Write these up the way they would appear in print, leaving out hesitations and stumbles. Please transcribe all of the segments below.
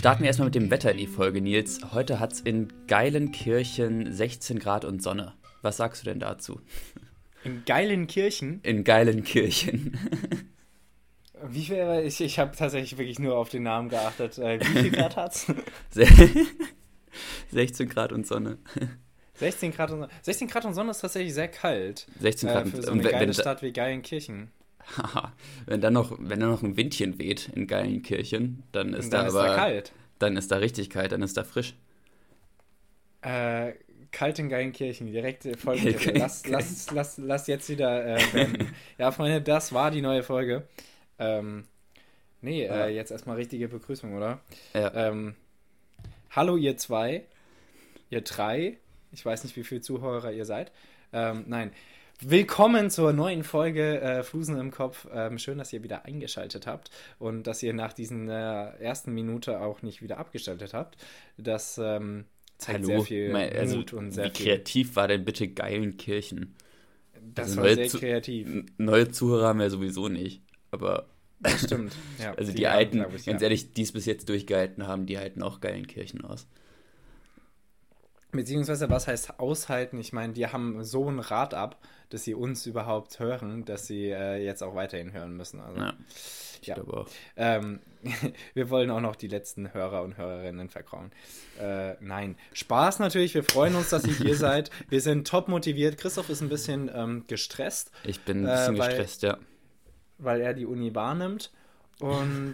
Starten wir erstmal mit dem Wetter in die Folge, Nils. Heute hat es in Geilenkirchen 16 Grad und Sonne. Was sagst du denn dazu? In Geilenkirchen? In Geilenkirchen. Wie viel? Ich habe tatsächlich wirklich nur auf den Namen geachtet. Wie viel Grad hat's? 16 Grad und Sonne. 16 Grad und Sonne. 16 Grad und Sonne ist tatsächlich sehr kalt. 16 Grad für so eine geile Stadt wie Geilenkirchen. Haha, wenn dann noch ein Windchen weht in Geilenkirchen, dann ist da kalt. Dann ist da richtig kalt, dann ist da frisch. Kalt in Geilenkirchen, direkt Folge. Lass jetzt wieder beenden. Ja, Freunde, das war die neue Folge. Jetzt erstmal richtige Begrüßung, oder? Ja. Hallo ihr zwei, ihr drei, ich weiß nicht, wie viele Zuhörer ihr seid. Nein. Willkommen zur neuen Folge Flusen im Kopf. Schön, dass ihr wieder eingeschaltet habt und dass ihr nach diesen ersten Minute auch nicht wieder abgeschaltet habt. Das zeigt sehr viel Mut und sehr viel. Wie kreativ war denn bitte Geilenkirchen? Das war sehr kreativ. Neue Zuhörer haben wir sowieso nicht, aber... Das stimmt, ja. Also die alten, ganz ehrlich, die es bis jetzt durchgehalten haben, die halten auch Geilenkirchen aus. Beziehungsweise, was heißt aushalten? Ich meine, die haben so ein Rad ab, dass sie uns überhaupt hören, dass sie jetzt auch weiterhin hören müssen. Also, ja, ich glaube auch. Wir wollen auch noch die letzten Hörer und Hörerinnen vergrauen. Nein, Spaß natürlich. Wir freuen uns, dass ihr hier seid. Wir sind top motiviert. Christoph ist ein bisschen gestresst. Ich bin ein bisschen gestresst, ja. Weil er die Uni wahrnimmt. Und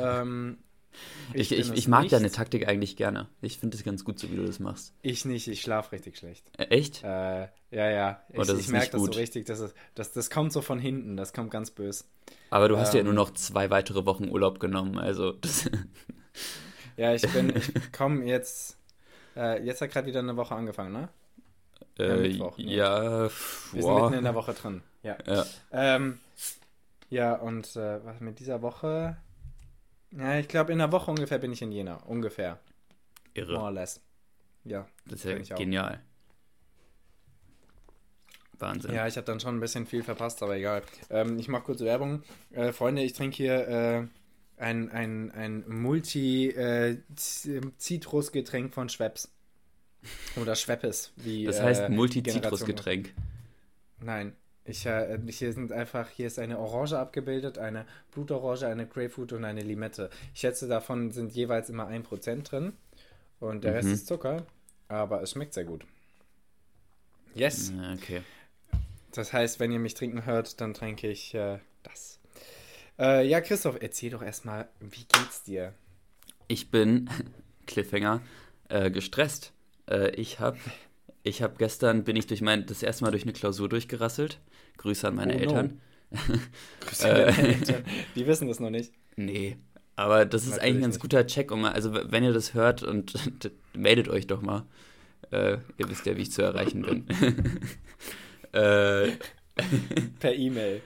ich mag deine Taktik eigentlich gerne. Ich finde es ganz gut, so wie du das machst. Ich nicht, ich schlafe richtig schlecht. Echt? Ja. Ich merke das so richtig. Das kommt so von hinten, das kommt ganz böse. Aber du hast ja nur noch 2 weitere Wochen Urlaub genommen, also... Ja, ich komme jetzt... Jetzt hat gerade wieder eine Woche angefangen, ne? Mittwoch, ne? Ja, wir sind mitten in der Woche drin. Ja. Ja, und was mit dieser Woche... Ja, ich glaube, in einer Woche ungefähr bin ich in Jena. Ungefähr. Irre. More or less. Ja. Das ist ja genial. Wahnsinn. Ja, ich habe dann schon ein bisschen viel verpasst, aber egal. Ich mache kurze Werbung. Freunde, ich trinke hier ein Multi-Zitrusgetränk von Schweppes. Oder Schweppes, wie das heißt Multi-Zitrusgetränk. Nein. Hier ist eine Orange abgebildet, eine Blutorange, eine Grapefruit und eine Limette. Ich schätze, davon sind jeweils immer 1% drin. Und der Rest ist Zucker. Aber es schmeckt sehr gut. Yes. Okay. Das heißt, wenn ihr mich trinken hört, dann trinke ich das. Ja, Christoph, erzähl doch erstmal, wie geht's dir? Ich bin, Cliffhanger, gestresst. Gestern bin ich das erste Mal durch eine Klausur durchgerasselt. Grüße an meine Eltern. Grüße an meine Eltern. Die wissen das noch nicht. Nee, aber das ist Natürlich eigentlich ein ganz nicht. guter Check. Also wenn ihr das hört und meldet euch doch mal. Ihr wisst ja, wie ich zu erreichen bin. Per E-Mail.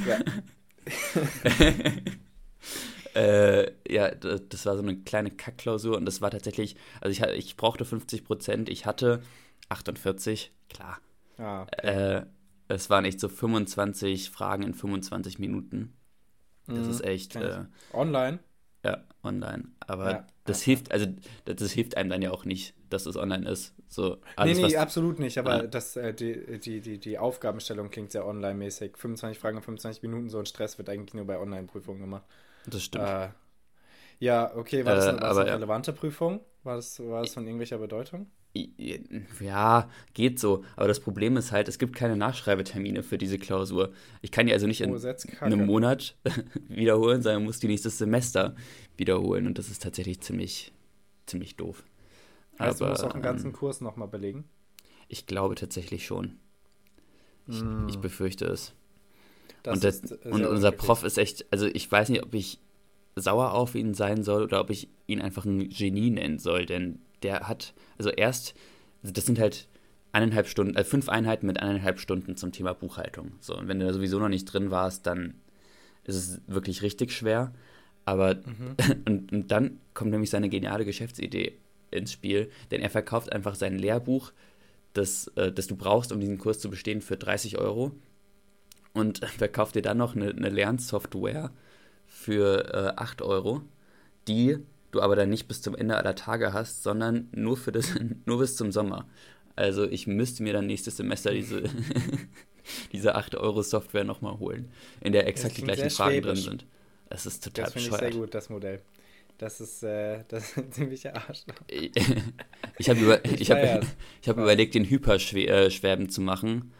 Ja. Das war so eine kleine Kackklausur und das war tatsächlich, also ich brauchte 50%, ich hatte 48, klar. Okay. Es waren echt so 25 Fragen in 25 Minuten. Das ist echt... Online? Ja, online. Aber Ja, das hilft einem dann ja auch nicht, dass es online ist. So, alles, Nee, absolut nicht, aber die Aufgabenstellung klingt sehr online-mäßig. 25 Fragen in 25 Minuten, so ein Stress wird eigentlich nur bei Online-Prüfungen gemacht. Das stimmt. Ja, okay, war das eine aber, relevante Prüfung? War das von irgendwelcher Bedeutung? Ja, geht so. Aber das Problem ist halt, es gibt keine Nachschreibetermine für diese Klausur. Ich kann die also nicht in einem Monat wiederholen, sondern muss die nächstes Semester wiederholen. Und das ist tatsächlich ziemlich, ziemlich doof. Heißt, du musst auch einen ganzen Kurs nochmal belegen? Ich glaube tatsächlich schon. Ich befürchte es. Und unser Prof ist echt, also ich weiß nicht, ob ich sauer auf ihn sein soll oder ob ich ihn einfach ein Genie nennen soll, denn der hat, das sind halt 5 Einheiten mit 1,5 Stunden zum Thema Buchhaltung. So, und wenn du da sowieso noch nicht drin warst, dann ist es wirklich richtig schwer. Aber und dann kommt nämlich seine geniale Geschäftsidee ins Spiel, denn er verkauft einfach sein Lehrbuch, das du brauchst, um diesen Kurs zu bestehen, für 30 € und verkauft dir dann noch eine Lernsoftware für 8 €, die du aber dann nicht bis zum Ende aller Tage hast, sondern nur bis zum Sommer. Also ich müsste mir dann nächstes Semester diese 8-Euro-Software nochmal holen, in der exakt die gleichen Fragen drin sind. Das ist total bescheuert. Das finde ich sehr gut, das Modell. Das ist ein ziemlicher Arsch. Ich hab überlegt, den Hyperschwaben zu machen.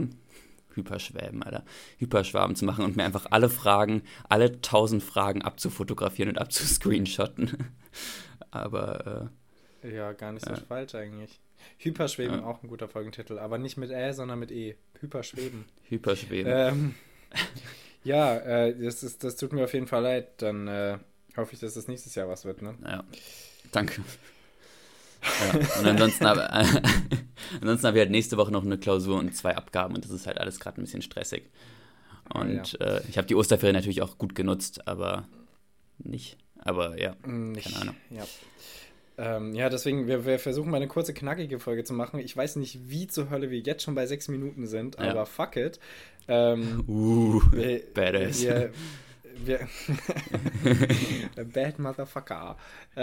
Hyperschwaben zu machen und mir einfach alle 1000 Fragen abzufotografieren und abzuscreenshotten. Aber ja, gar nicht so falsch eigentlich. Hyperschweben, auch ein guter Folgentitel, aber nicht mit Ä, sondern mit E. Hyperschweben. Ja, das tut mir auf jeden Fall leid. Dann hoffe ich, dass das nächstes Jahr was wird, ne? Ja, danke. Ja, und ansonsten habe ich halt nächste Woche noch eine Klausur und 2 Abgaben und das ist halt alles gerade ein bisschen stressig. Und ich habe die Osterferien natürlich auch gut genutzt, aber nicht. Aber ja, keine Ahnung. Ja, deswegen, wir versuchen mal eine kurze, knackige Folge zu machen. Ich weiß nicht, wie zur Hölle wir jetzt schon bei 6 Minuten sind, aber fuck it. Badass. Bad Motherfucker.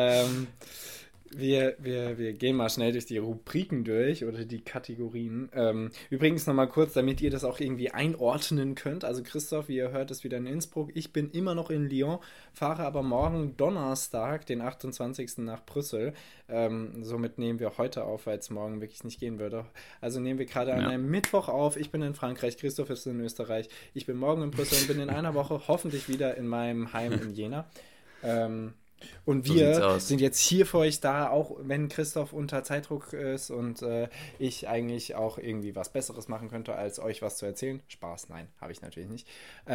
Wir gehen mal schnell durch die Rubriken durch oder die Kategorien. Übrigens nochmal kurz, damit ihr das auch irgendwie einordnen könnt. Also Christoph, wie ihr hört, ist wieder in Innsbruck. Ich bin immer noch in Lyon, fahre aber morgen Donnerstag, den 28. nach Brüssel. Somit nehmen wir heute auf, weil es morgen wirklich nicht gehen würde. Also nehmen wir gerade an einem Mittwoch auf. Ich bin in Frankreich, Christoph ist in Österreich. Ich bin morgen in Brüssel und bin in einer Woche hoffentlich wieder in meinem Heim in Jena. Und wir sind jetzt hier für euch da, auch wenn Christoph unter Zeitdruck ist und ich eigentlich auch irgendwie was Besseres machen könnte, als euch was zu erzählen. Spaß, nein, habe ich natürlich nicht.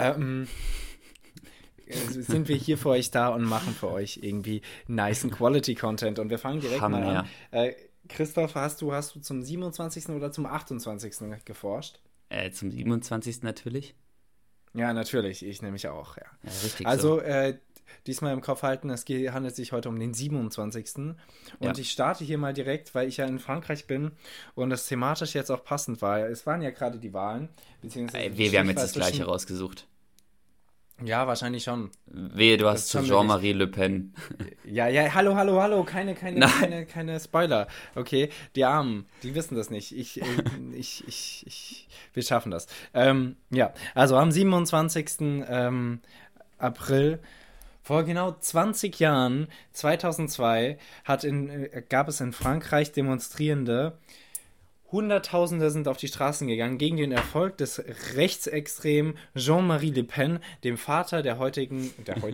Sind wir hier für euch da und machen für euch irgendwie nicen Quality-Content. Und wir fangen direkt mal an. Christoph, hast du zum 27. oder zum 28. geforscht? Zum 27. natürlich. Ja, natürlich, ich nämlich auch, ja. Richtig also, so. Diesmal im Kopf halten, es handelt sich heute um den 27. Und ich starte hier mal direkt, weil ich ja in Frankreich bin und das thematisch jetzt auch passend war. Es waren ja gerade die Wahlen. Beziehungsweise wir haben jetzt das Gleiche rausgesucht. Ja, wahrscheinlich schon. Wehe, du hast zu Jean-Marie Le Pen. Ja, hallo, keine Spoiler. Okay, die Armen, die wissen das nicht. Wir schaffen das. Also am 27. April vor genau 20 Jahren, 2002, gab es in Frankreich Demonstrierende. Hunderttausende sind auf die Straßen gegangen gegen den Erfolg des rechtsextremen Jean-Marie Le Pen, dem Vater der Marine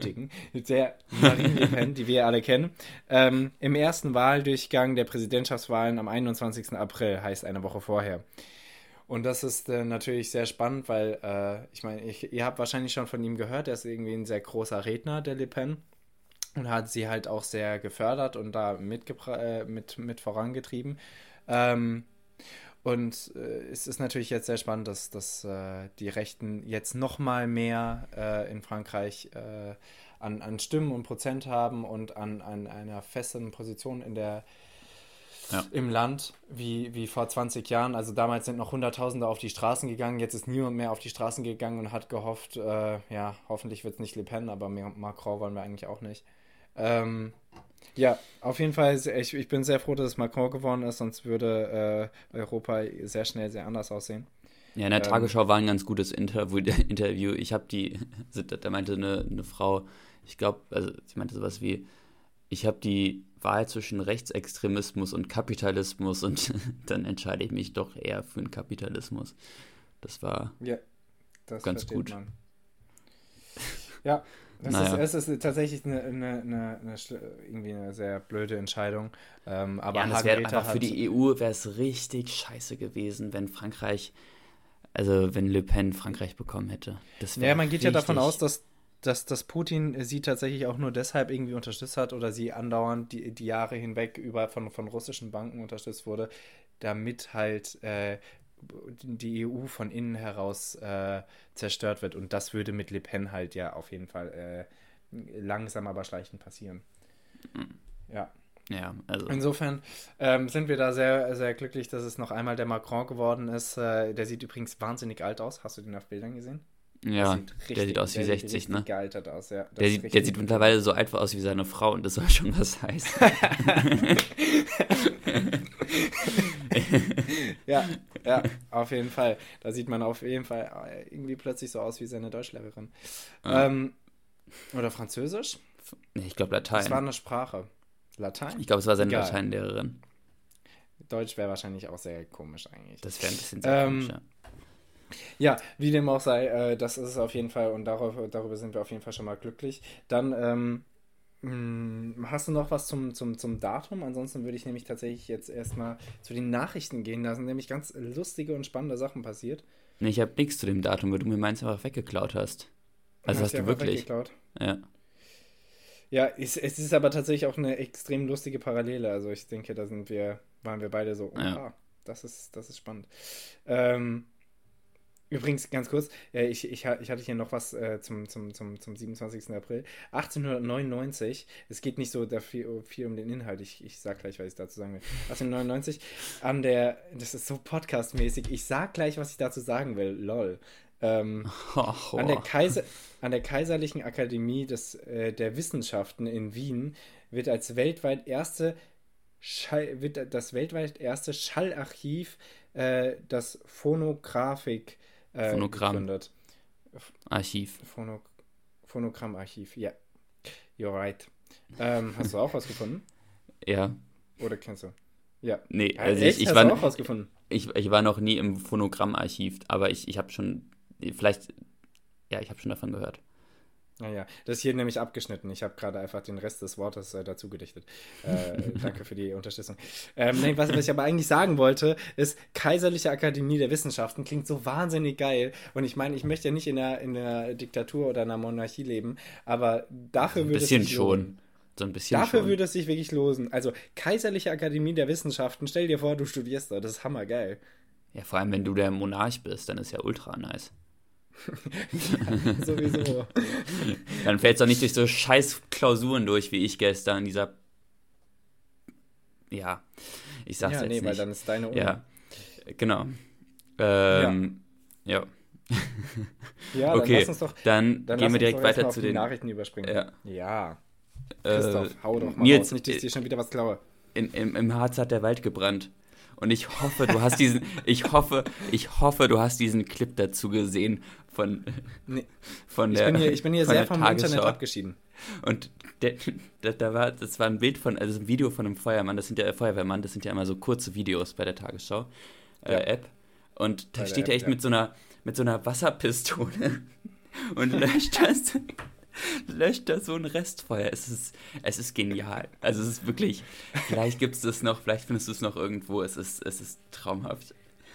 Le Pen, die wir alle kennen, im ersten Wahldurchgang der Präsidentschaftswahlen am 21. April, heißt eine Woche vorher. Und das ist natürlich sehr spannend, weil, ihr habt wahrscheinlich schon von ihm gehört, er ist irgendwie ein sehr großer Redner, der Le Pen, und hat sie halt auch sehr gefördert und da mit vorangetrieben. Und es ist natürlich jetzt sehr spannend, dass die Rechten jetzt noch mal mehr in Frankreich an Stimmen und Prozent haben und an einer festen Position im Land, wie vor 20 Jahren. Also damals sind noch Hunderttausende auf die Straßen gegangen, jetzt ist niemand mehr auf die Straßen gegangen und hat gehofft, hoffentlich wird es nicht Le Pen, aber Macron wollen wir eigentlich auch nicht. Auf jeden Fall, ich bin sehr froh, dass es Macron geworden ist, sonst würde Europa sehr schnell sehr anders aussehen. Ja, in der Tagesschau war ein ganz gutes Interview. Da meinte eine Frau, ich glaube, also sie meinte sowas wie, ich habe die Wahl zwischen Rechtsextremismus und Kapitalismus und dann entscheide ich mich doch eher für den Kapitalismus. Das war ganz gut. Man. Ja, es ist tatsächlich irgendwie eine sehr blöde Entscheidung. Aber das wäre einfach für die EU wäre es richtig scheiße gewesen, wenn wenn Le Pen Frankreich bekommen hätte. Man geht ja davon aus, dass Putin sie tatsächlich auch nur deshalb irgendwie unterstützt hat oder sie andauernd die Jahre hinweg von russischen Banken unterstützt wurde, damit halt die EU von innen heraus zerstört wird. Und das würde mit Le Pen halt ja auf jeden Fall langsam aber schleichend passieren. Ja. Ja, also. Insofern sind wir da sehr, sehr glücklich, dass es noch einmal der Macron geworden ist. Der sieht übrigens wahnsinnig alt aus. Hast du den auf Bildern gesehen? Ja, der sieht aus wie 60, ne? Gealtert aus, ja. Der sieht mittlerweile so einfach aus wie seine Frau und das soll schon was heißen. Ja, auf jeden Fall. Da sieht man auf jeden Fall irgendwie plötzlich so aus wie seine Deutschlehrerin. Oder Französisch? Nee, ich glaube Latein. Das war eine Sprache. Latein? Ich glaube, es war seine Lateinlehrerin. Deutsch wäre wahrscheinlich auch sehr komisch eigentlich. Das wäre ein bisschen sehr komisch, ja. Ja, wie dem auch sei, das ist es auf jeden Fall und darüber sind wir auf jeden Fall schon mal glücklich. Dann hast du noch was zum Datum? Ansonsten würde ich nämlich tatsächlich jetzt erstmal zu den Nachrichten gehen. Da sind nämlich ganz lustige und spannende Sachen passiert. Nee, ich habe nichts zu dem Datum, weil du mir meins einfach weggeklaut hast. Also hast du wirklich? Weggeklaut? Ja. Ja, es ist aber tatsächlich auch eine extrem lustige Parallele. Also ich denke, da waren wir beide so, das ist spannend. Übrigens, ganz kurz, ich hatte hier noch was zum 27. April. 1899, es geht nicht so viel um den Inhalt, ich sag gleich, was ich dazu sagen will. 1899, das ist so podcastmäßig, ich sag gleich, was ich dazu sagen will, lol. An der Kaiserlichen Akademie der Wissenschaften in Wien wird das weltweit erste Schallarchiv, das Phonogramm gegründet. Archiv. Phonogrammarchiv, ja. You're right. Hast du auch was gefunden? Ja. Oder kennst du? Ja. Nee, also echt? Hast du auch was gefunden? Ich war noch nie im Phonogrammarchiv, aber ich habe schon, vielleicht, ja, ich habe schon davon gehört. Naja, das ist hier nämlich abgeschnitten. Ich habe gerade einfach den Rest des Wortes dazu gedichtet. Danke für die Unterstützung. Nein, was ich aber eigentlich sagen wollte, ist, Kaiserliche Akademie der Wissenschaften klingt so wahnsinnig geil. Und ich meine, ich möchte ja nicht in der Diktatur oder einer Monarchie leben, aber dafür würde es sich lohnen. So ein bisschen dafür schon. würde es sich wirklich losen. Also, Kaiserliche Akademie der Wissenschaften, stell dir vor, du studierst da. Das ist hammergeil. Ja, vor allem, wenn du der Monarch bist, dann ist ja ultra nice. Sowieso. Dann fällst du auch nicht durch so scheiß Klausuren durch, wie ich gestern. Ich sag's jetzt nicht. Weil dann ist deine Uni. Ja, genau. Ja, okay, dann lass uns doch, dann gehen wir direkt weiter zu den den Nachrichten überspringen. Ja. Christoph, hau doch mal Nils, raus, nicht, dass ich dir schon wieder was klaue. Im Harz hat der Wald gebrannt. Und ich hoffe, du hast diesen Clip dazu gesehen von der Ich bin hier sehr vom Internet abgeschieden. Und das war ein Bild ein Video von einem Feuerwehrmann, das sind ja immer so kurze Videos bei der Tagesschau App. Und da steht er echt mit so einer Wasserpistole und löscht da so ein Restfeuer. Es ist genial. Also es ist wirklich, vielleicht gibt es das noch, vielleicht findest du es noch irgendwo. Es ist traumhaft.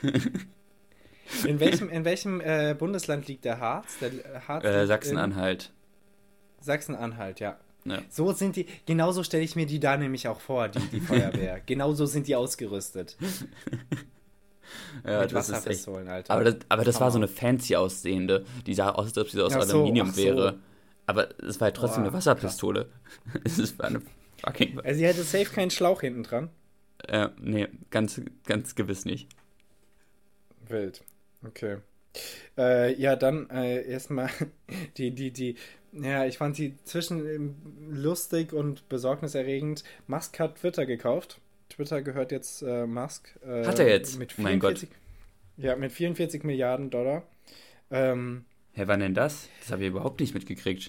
In welchem Bundesland liegt der Harz? Der Harz Sachsen-Anhalt. Sachsen-Anhalt, ja. Ja. So sind die, genauso stelle ich mir die da nämlich auch vor, die Feuerwehr. Genauso sind die ausgerüstet. Ja, mit das Wasserpistolen, ist echt, Alter. aber das war so eine fancy aussehende, die sah aus, als ob sie aus Aluminium wäre. Aber es war halt trotzdem eine Wasserpistole. Es war eine fucking... Also sie hätte safe keinen Schlauch hinten dran. Nee, ganz gewiss nicht. Wild. Okay. Ja, dann erstmal ich fand die zwischen lustig und besorgniserregend. Musk hat Twitter gekauft. Twitter gehört jetzt Musk. Hat er jetzt? Mit 44, mein Gott. Ja, mit 44 Milliarden $. Hä, wann denn das? Das habe ich überhaupt nicht mitgekriegt.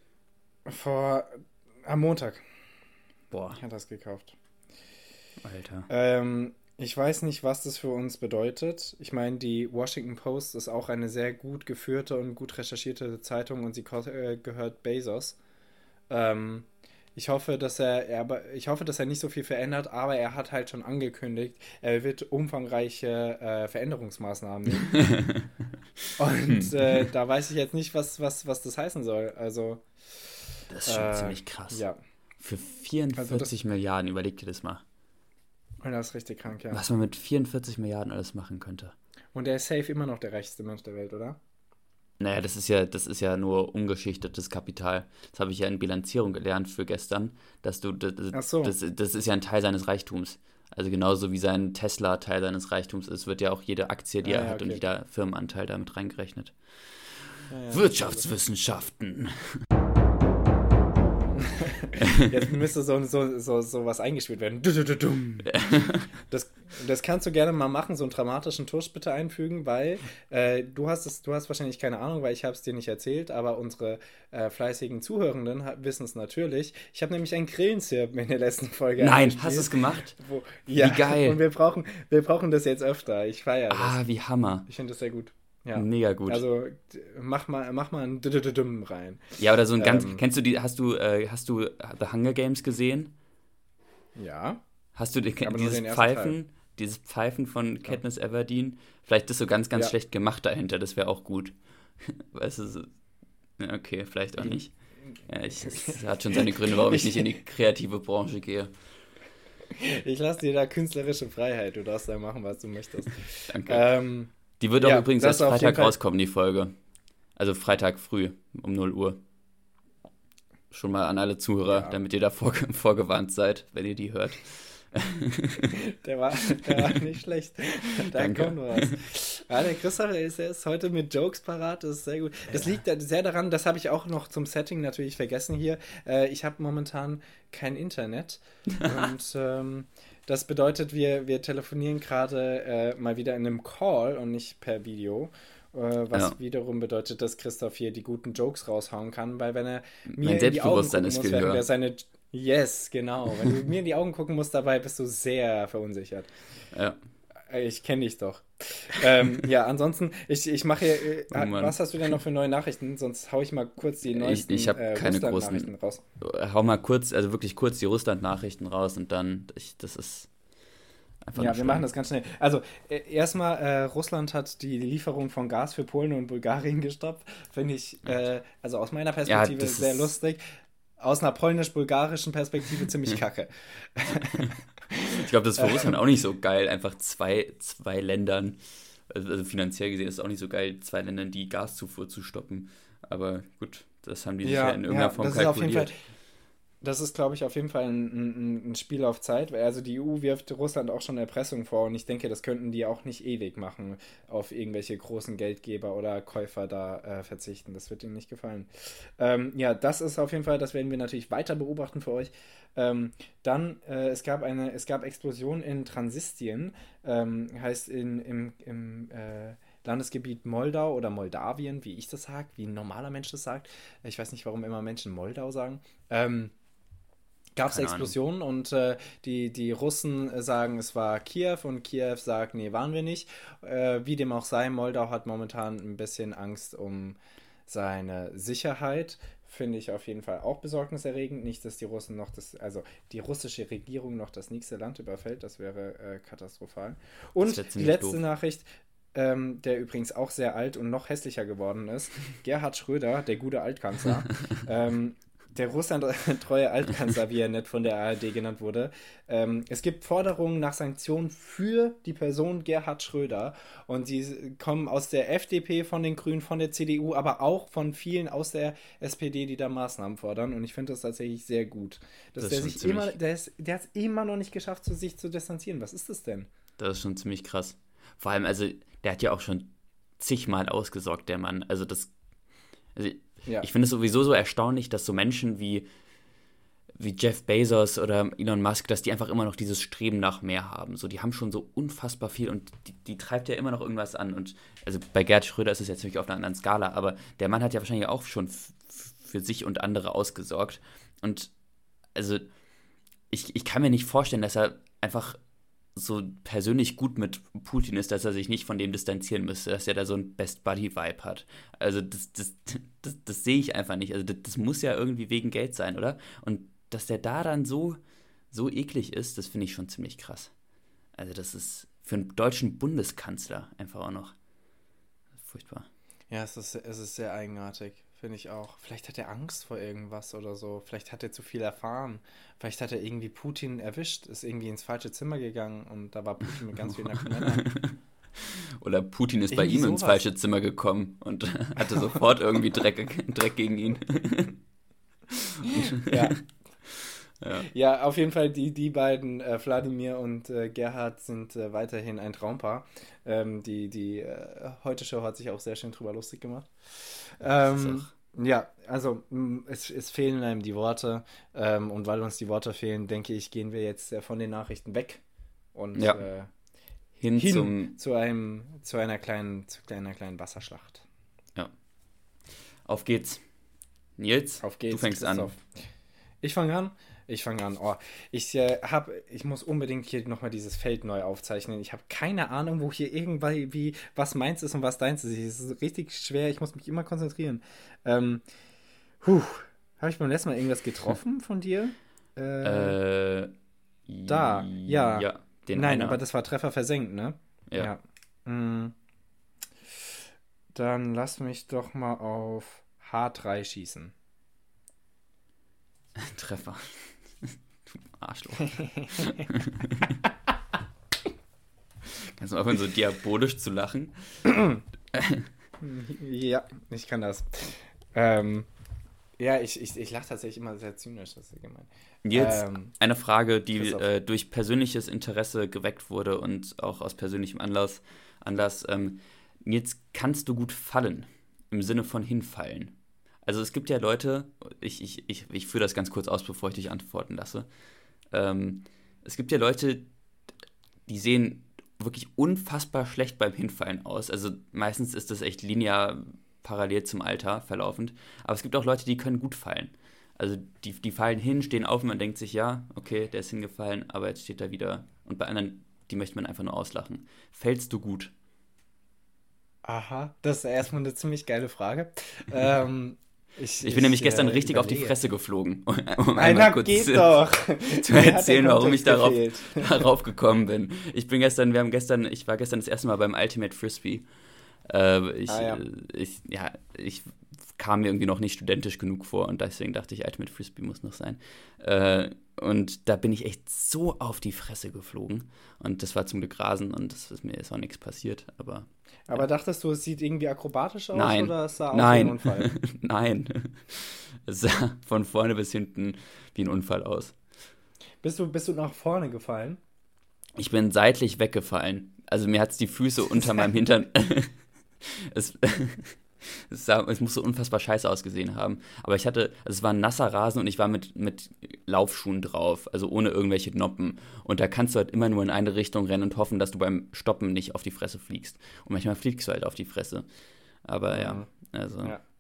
Am Montag. Boah. Hat das gekauft. Alter. Ich weiß nicht, was das für uns bedeutet. Ich meine, die Washington Post ist auch eine sehr gut geführte und gut recherchierte Zeitung und sie gehört Bezos. Ich hoffe, dass er nicht so viel verändert, aber er hat halt schon angekündigt, er wird umfangreiche Veränderungsmaßnahmen nehmen. Und da weiß ich jetzt nicht, was das heißen soll. Also, das ist schon ziemlich krass. Ja. Für 44 Milliarden, überleg dir das mal. Und das ist richtig krank, ja. Was man mit 44 Milliarden alles machen könnte. Und er ist safe immer noch der reichste Mensch der Welt, oder? Naja, das ist ja nur umgeschichtetes Kapital. Das habe ich ja in Bilanzierung gelernt für gestern, dass das ist ja ein Teil seines Reichtums. Also genauso wie sein Tesla Teil seines Reichtums ist, wird ja auch jede Aktie, die er hat und jeder Firmenanteil damit reingerechnet. Wirtschaftswissenschaften. Jetzt müsste so was eingespielt werden. Das kannst du gerne mal machen, so einen dramatischen Tusch bitte einfügen, weil du hast wahrscheinlich keine Ahnung, weil ich habe es dir nicht erzählt, aber unsere fleißigen Zuhörenden wissen es natürlich. Ich habe nämlich einen Grillenzirpen in der letzten Folge eingespielt. Hast du es gemacht? Wie geil. Und wir brauchen das jetzt öfter. Ich feiere das. Wie Hammer. Ich finde das sehr gut. Ja. Mega gut. Also mach mal ein rein. Ja, oder so ein kennst du hast du The Hunger Games gesehen? Ja. Hast du dieses Pfeifen von Katniss Everdeen? Vielleicht ist so ganz schlecht gemacht dahinter, das wäre auch gut. Weißt du, okay, vielleicht auch nicht. Ja, es hat schon seine Gründe, warum ich nicht in die kreative Branche gehe. Ich lasse dir da künstlerische Freiheit, du darfst da machen, was du möchtest. Danke. Die wird auch übrigens erst Freitag rauskommen, die Folge. Also Freitag früh um 0 Uhr. Schon mal an alle Zuhörer, damit ihr da vorgewarnt seid, wenn ihr die hört. Der war nicht schlecht. Da kommt was. Ja, der Christoph ist heute mit Jokes parat, das ist sehr gut. Das liegt sehr daran, das habe ich auch noch zum Setting natürlich vergessen hier. Ich habe momentan kein Internet und das bedeutet, wir telefonieren gerade mal wieder in einem Call und nicht per Video. Was wiederum bedeutet, dass Christoph hier die guten Jokes raushauen kann, weil wenn er mir in die Augen gucken muss, während er seine... Yes, genau. Wenn du mir in die Augen gucken musst dabei, bist du sehr verunsichert. Ja. Ich kenne dich doch. Ansonsten, ich mache hier... was hast du denn noch für neue Nachrichten? Sonst hau ich mal kurz die neuesten ich habe keine Russland-Nachrichten raus. Hau mal kurz, also wirklich kurz die Russland-Nachrichten raus und dann, das ist... Ja, wir machen das ganz schnell. Also, erstmal, Russland hat die Lieferung von Gas für Polen und Bulgarien gestoppt. Finde ich, also aus meiner Perspektive sehr lustig. Aus einer polnisch-bulgarischen Perspektive ziemlich kacke. Ich glaube, das ist für Russland auch nicht so geil, einfach zwei Ländern, also finanziell gesehen ist es auch nicht so geil, 2 Ländern die Gaszufuhr zu stoppen. Aber gut, das haben die sich ja in irgendeiner Form kalkuliert. Das ist, glaube ich, auf jeden Fall ein Spiel auf Zeit, weil also die EU wirft Russland auch schon Erpressung vor und ich denke, das könnten die auch nicht ewig machen, auf irgendwelche großen Geldgeber oder Käufer da verzichten. Das wird ihnen nicht gefallen. Das ist auf jeden Fall, das werden wir natürlich weiter beobachten für euch. Dann, es gab Explosionen in Transnistrien, heißt im Landesgebiet Moldau oder Moldawien, wie ich das sage, wie ein normaler Mensch das sagt. Ich weiß nicht, warum immer Menschen Moldau sagen. Gab es Explosionen und die Russen sagen, es war Kiew und Kiew sagt, nee, waren wir nicht. Wie dem auch sei, Moldau hat momentan ein bisschen Angst um seine Sicherheit. Finde ich auf jeden Fall auch besorgniserregend. Nicht, dass die Russen die russische Regierung noch das nächste Land überfällt. Das wäre katastrophal. Und die letzte Nachricht, der übrigens auch sehr alt und noch hässlicher geworden ist. Gerhard Schröder, der gute Altkanzler, der russlandtreue Altkanzler, wie er nett von der ARD genannt wurde. Es gibt Forderungen nach Sanktionen für die Person Gerhard Schröder und sie kommen aus der FDP, von den Grünen, von der CDU, aber auch von vielen aus der SPD, die da Maßnahmen fordern und ich finde das tatsächlich sehr gut. Der hat es immer noch nicht geschafft, sich zu distanzieren. Was ist das denn? Das ist schon ziemlich krass. Vor allem, also, der hat ja auch schon zigmal ausgesorgt, der Mann. Ich finde es sowieso so erstaunlich, dass so Menschen wie Jeff Bezos oder Elon Musk, dass die einfach immer noch dieses Streben nach mehr haben. So, die haben schon so unfassbar viel und die treibt ja immer noch irgendwas an. Und also bei Gerhard Schröder ist es jetzt natürlich auf einer anderen Skala, aber der Mann hat ja wahrscheinlich auch schon für sich und andere ausgesorgt. Und also ich kann mir nicht vorstellen, dass er einfach so persönlich gut mit Putin ist, dass er sich nicht von dem distanzieren müsste, dass er da so ein Best-Buddy-Vibe hat. Also das sehe ich einfach nicht. Also das muss ja irgendwie wegen Geld sein, oder? Und dass der da dann so eklig ist, das finde ich schon ziemlich krass. Also das ist für einen deutschen Bundeskanzler einfach auch noch furchtbar. Ja, es ist sehr eigenartig, finde ich auch. Vielleicht hat er Angst vor irgendwas oder so. Vielleicht hat er zu viel erfahren. Vielleicht hat er irgendwie Putin erwischt, ist irgendwie ins falsche Zimmer gegangen und da war Putin mit ganz vielen nackten Männern. Oder Putin ist bei ihm ins falsche Zimmer gekommen und hatte sofort irgendwie Dreck gegen ihn. Ja. Ja, auf jeden Fall die beiden, Wladimir und Gerhard, sind weiterhin ein Traumpaar. Die Heute-Show hat sich auch sehr schön drüber lustig gemacht. Ja, also es fehlen einem die Worte, und weil uns die Worte fehlen, denke ich, gehen wir jetzt von den Nachrichten weg und hin zu einer kleinen Wasserschlacht. Ja. Auf geht's. Nils, auf geht's, du fängst an. Ich fange an. Oh, ich muss unbedingt hier nochmal dieses Feld neu aufzeichnen. Ich habe keine Ahnung, wo hier irgendwie was meins ist und was deins ist. Es ist richtig schwer. Ich muss mich immer konzentrieren. Habe ich beim letzten Mal irgendwas getroffen von dir? Da, ja. Ja, Nein, aber das war Treffer versenkt, ne? Ja. Dann lass mich doch mal auf H3 schießen. Treffer. Du Arschloch. Kannst du aufhören, so diabolisch zu lachen? Ja, ich kann das. Ja, ich lache tatsächlich immer sehr zynisch, das ist gemein. Jetzt eine Frage, die durch persönliches Interesse geweckt wurde und auch aus persönlichem Anlass. Jetzt kannst du gut fallen, im Sinne von hinfallen. Also es gibt ja Leute, ich führe das ganz kurz aus, bevor ich dich antworten lasse. Es gibt ja Leute, die sehen wirklich unfassbar schlecht beim Hinfallen aus. Also meistens ist das echt linear parallel zum Alter verlaufend. Aber es gibt auch Leute, die können gut fallen. Also die fallen hin, stehen auf und man denkt sich, ja, okay, der ist hingefallen, aber jetzt steht er wieder. Und bei anderen, die möchte man einfach nur auslachen. Fällst du gut? Aha, das ist erstmal eine ziemlich geile Frage. Ich bin nämlich gestern richtig auf die Fresse geflogen, um einmal kurz zu erzählen, warum ich darauf gekommen bin. Ich war gestern das erste Mal beim Ultimate Frisbee. Ich kam mir irgendwie noch nicht studentisch genug vor und deswegen dachte ich, Ultimate Frisbee muss noch sein. Und da bin ich echt so auf die Fresse geflogen und das war zum Glück Rasen und mir ist auch nichts passiert. Aber dachtest du, es sieht irgendwie akrobatisch aus? Nein. Oder es sah aus wie ein Unfall? Nein, es sah von vorne bis hinten wie ein Unfall aus. Bist du nach vorne gefallen? Ich bin seitlich weggefallen. Also mir hat es die Füße unter meinem Hintern... Es muss so unfassbar scheiße ausgesehen haben. Aber es war ein nasser Rasen und ich war mit Laufschuhen drauf, also ohne irgendwelche Noppen. Und da kannst du halt immer nur in eine Richtung rennen und hoffen, dass du beim Stoppen nicht auf die Fresse fliegst. Und manchmal fliegst du halt auf die Fresse. Aber ja, also...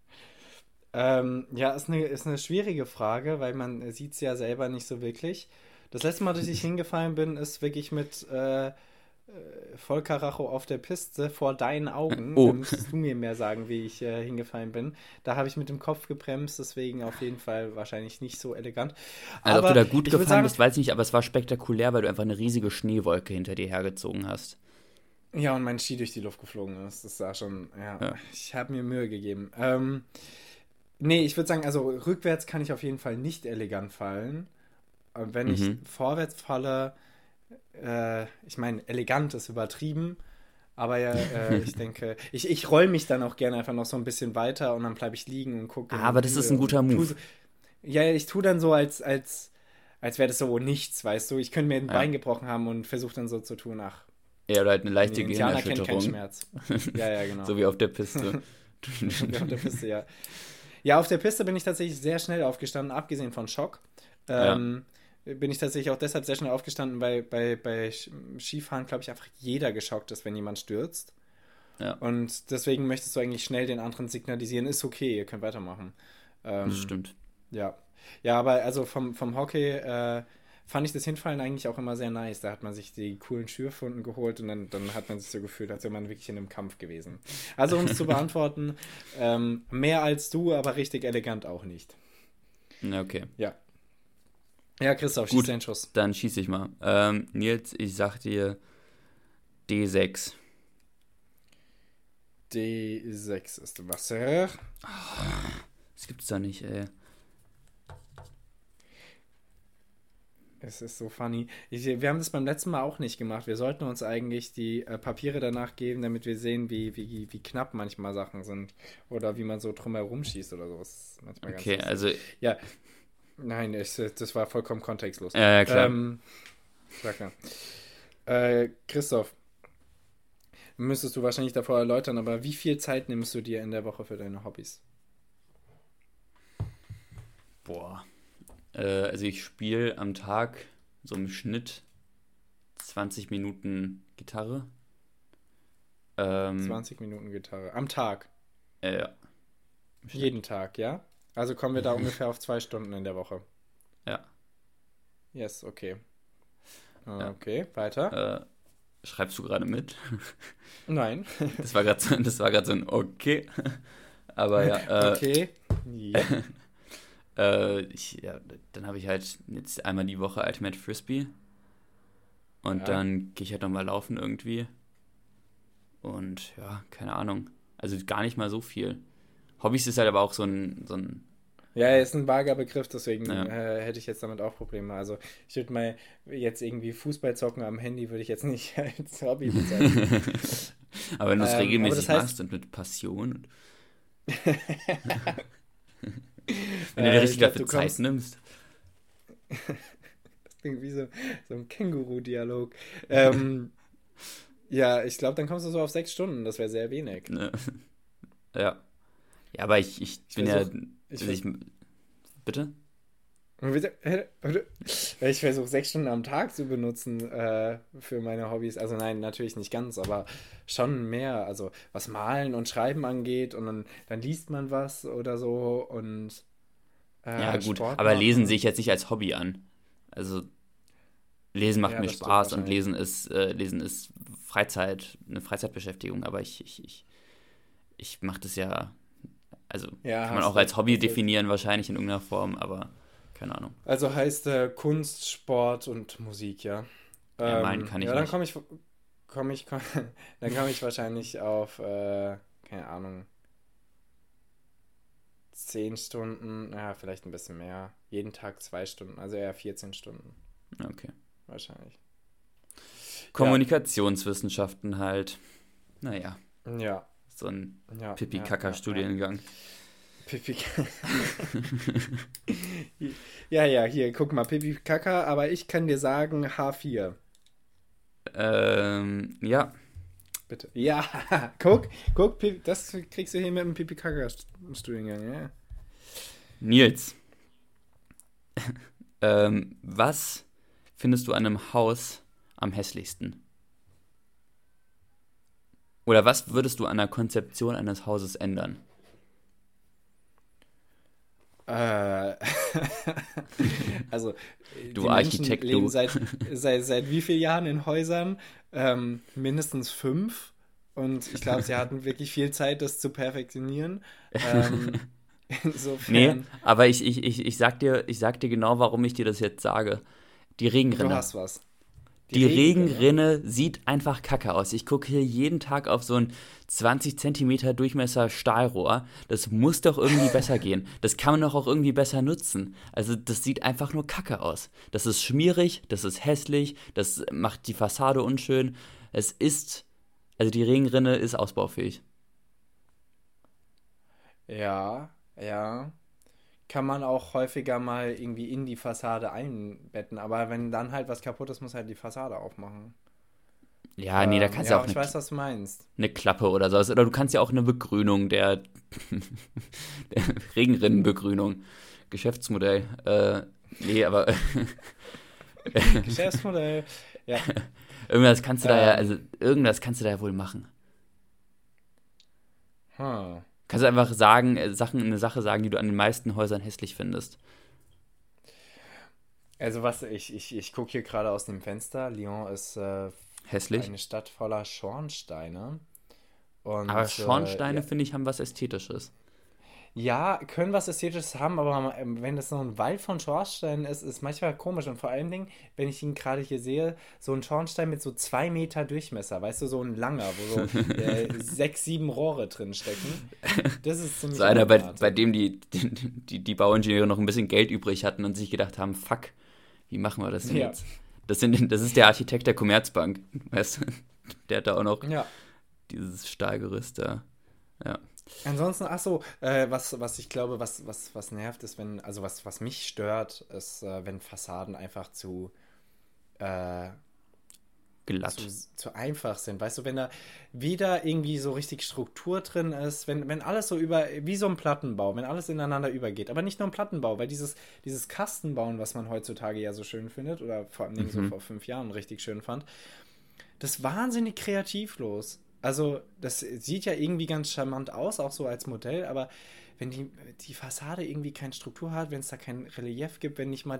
Ja. Ist eine schwierige Frage, weil man sieht es ja selber nicht so wirklich. Das letzte Mal, dass ich hingefallen bin, ist wirklich mit... Vollkaracho auf der Piste vor deinen Augen. Da müsstest du mir mehr sagen, wie ich hingefallen bin. Da habe ich mit dem Kopf gebremst, deswegen auf jeden Fall wahrscheinlich nicht so elegant. Also ob du da gut gefallen bist, weiß ich nicht, aber es war spektakulär, weil du einfach eine riesige Schneewolke hinter dir hergezogen hast. Ja, und mein Ski durch die Luft geflogen ist. Das war schon, ich habe mir Mühe gegeben. Nee, ich würde sagen, also rückwärts kann ich auf jeden Fall nicht elegant fallen. Wenn ich vorwärts falle, ich meine, elegant ist übertrieben, aber ich denke, ich roll mich dann auch gerne einfach noch so ein bisschen weiter und dann bleibe ich liegen und gucke. Aber das ist ein guter Move. Ich tue dann so, als wäre das so nichts, weißt du. Ich könnte mir ein Bein gebrochen haben und versuche dann so zu tun, ach. Ja, oder halt eine leichte Gehirnerschütterung. Kennt keinen Schmerz. Ja, genau. So wie auf der Piste. Wie auf der Piste, ja. Ja, auf der Piste bin ich tatsächlich sehr schnell aufgestanden, abgesehen von Schock. Bin ich tatsächlich auch deshalb sehr schnell aufgestanden, weil bei Skifahren, glaube ich, einfach jeder geschockt ist, wenn jemand stürzt. Ja. Und deswegen möchtest du eigentlich schnell den anderen signalisieren, ist okay, ihr könnt weitermachen. Das stimmt. Ja. Ja, aber also vom Hockey fand ich das Hinfallen eigentlich auch immer sehr nice. Da hat man sich die coolen Schürfwunden geholt und dann hat man sich so gefühlt, als wäre man wirklich in einem Kampf gewesen. Also um es zu beantworten, mehr als du, aber richtig elegant auch nicht. Okay. Ja. Ja, Christoph, schieß den Schuss. Dann schieße ich mal. Nils, ich sag dir D6. D6 ist Wasser. Das gibt's da nicht, ey. Es ist so funny. Wir haben das beim letzten Mal auch nicht gemacht. Wir sollten uns eigentlich die Papiere danach geben, damit wir sehen, wie knapp manchmal Sachen sind. Oder wie man so drumherum schießt oder so. Das ist manchmal ganz okay, lustig. Also... Ja. Nein, das war vollkommen kontextlos. Ja, klar. Sag mal. Christoph, müsstest du wahrscheinlich davor erläutern, aber wie viel Zeit nimmst du dir in der Woche für deine Hobbys? Boah. Also ich spiele am Tag so im Schnitt 20 Minuten Gitarre. 20 Minuten Gitarre. Am Tag? Ja. Jeden Tag, ja? Also kommen wir da ungefähr auf 2 Stunden in der Woche. Ja. Yes, okay. Okay, weiter. Schreibst du gerade mit? Nein. Das war gerade so ein Okay. Aber ja. Okay. Ja. Dann habe ich halt jetzt einmal die Woche Ultimate Frisbee. Und dann gehe ich halt nochmal laufen irgendwie. Und ja, keine Ahnung. Also gar nicht mal so viel. Hobbys ist halt aber auch so ein Ja, ist ein vager Begriff, deswegen hätte ich jetzt damit auch Probleme. Also ich würde mal jetzt irgendwie Fußball zocken am Handy, würde ich jetzt nicht als Hobby bezeichnen. Aber wenn du es regelmäßig machst und mit Passion. Wenn du dir richtig dafür Zeit nimmst. Das klingt wie so ein Känguru-Dialog. Ja, ich glaube, dann kommst du so auf 6 Stunden. Das wäre sehr wenig. Ja. Ja, aber ich bin bitte? Ich versuche 6 Stunden am Tag zu benutzen für meine Hobbys. Also nein, natürlich nicht ganz, aber schon mehr. Also was Malen und Schreiben angeht und dann liest man was oder so und ja gut, Sport aber machen. Lesen sehe ich jetzt nicht als Hobby an. Also Lesen macht mir Spaß und Lesen ist eine Freizeitbeschäftigung, aber ich mache das ja, also kann man auch als Hobby definieren wahrscheinlich in irgendeiner Form, aber keine Ahnung. Also heißt Kunst, Sport und Musik, ja. Ja, meinen kann ich dann nicht. Dann komme ich wahrscheinlich auf, keine Ahnung, 10 Stunden, ja, vielleicht ein bisschen mehr. Jeden Tag 2 Stunden, also eher 14 Stunden. Okay. Wahrscheinlich. Kommunikationswissenschaften halt. Naja. Ja. So ein Pipi-Kaka-Studiengang. Ja, hier, guck mal, Pipi-Kaka, aber ich kann dir sagen H4. Ja. Bitte. Ja, guck, das kriegst du hier mit dem Pipi-Kaka-Studiengang, ja. Nils. Was findest du an einem Haus am hässlichsten? Oder was würdest du an der Konzeption eines Hauses ändern? Also, du die Architekt, Menschen leben seit wie vielen Jahren in Häusern? Mindestens 5. Und ich glaube, sie hatten wirklich viel Zeit, das zu perfektionieren. Insofern. Nee, aber ich sag dir genau, warum ich dir das jetzt sage. Die Regenrinne. Du hast was. Die Regenrinne sieht einfach kacke aus. Ich gucke hier jeden Tag auf so ein 20 Zentimeter Durchmesser Stahlrohr. Das muss doch irgendwie besser gehen. Das kann man doch auch irgendwie besser nutzen. Also das sieht einfach nur kacke aus. Das ist schmierig, das ist hässlich, das macht die Fassade unschön. Also die Regenrinne ist ausbaufähig. Ja. Kann man auch häufiger mal irgendwie in die Fassade einbetten. Aber wenn dann halt was kaputt ist, muss halt die Fassade aufmachen. Ja, nee, da kannst du auch ich weiß, was du meinst. Eine Klappe oder sowas. Oder du kannst ja auch eine Begrünung der Regenrinnenbegrünung. Geschäftsmodell. Nee, aber Geschäftsmodell. Ja. Irgendwas kannst du da ja wohl machen. Kannst du einfach eine Sache sagen, die du an den meisten Häusern hässlich findest? Also ich gucke hier gerade aus dem Fenster. Lyon ist hässlich. Eine Stadt voller Schornsteine. Aber Schornsteine, finde ich, haben was Ästhetisches. Ja, können was Ästhetisches haben, aber wenn das so ein Wald von Schornsteinen ist manchmal komisch. Und vor allen Dingen, wenn ich ihn gerade hier sehe, so ein Schornstein mit so 2 Meter Durchmesser, weißt du, so ein langer, wo so 6, 7 Rohre drin stecken. Das ist ziemlich so einer, bei dem die Bauingenieure noch ein bisschen Geld übrig hatten und sich gedacht haben, fuck, wie machen wir das denn jetzt? Das ist der Architekt der Commerzbank, weißt du? Der hat da auch noch dieses Stahlgerüst da. Ja. Ansonsten, was ich glaube, was nervt, ist, was mich stört, ist, wenn Fassaden einfach glatt. zu einfach sind. Weißt du, wenn da weder irgendwie so richtig Struktur drin ist, wenn alles so wie so ein Plattenbau, wenn alles ineinander übergeht. Aber nicht nur ein Plattenbau, weil dieses Kastenbauen, was man heutzutage ja so schön findet, oder vor allem so vor 5 Jahren richtig schön fand, das ist wahnsinnig kreativlos. Also, das sieht ja irgendwie ganz charmant aus, auch so als Modell, aber wenn die Fassade irgendwie keine Struktur hat, wenn es da kein Relief gibt, wenn nicht mal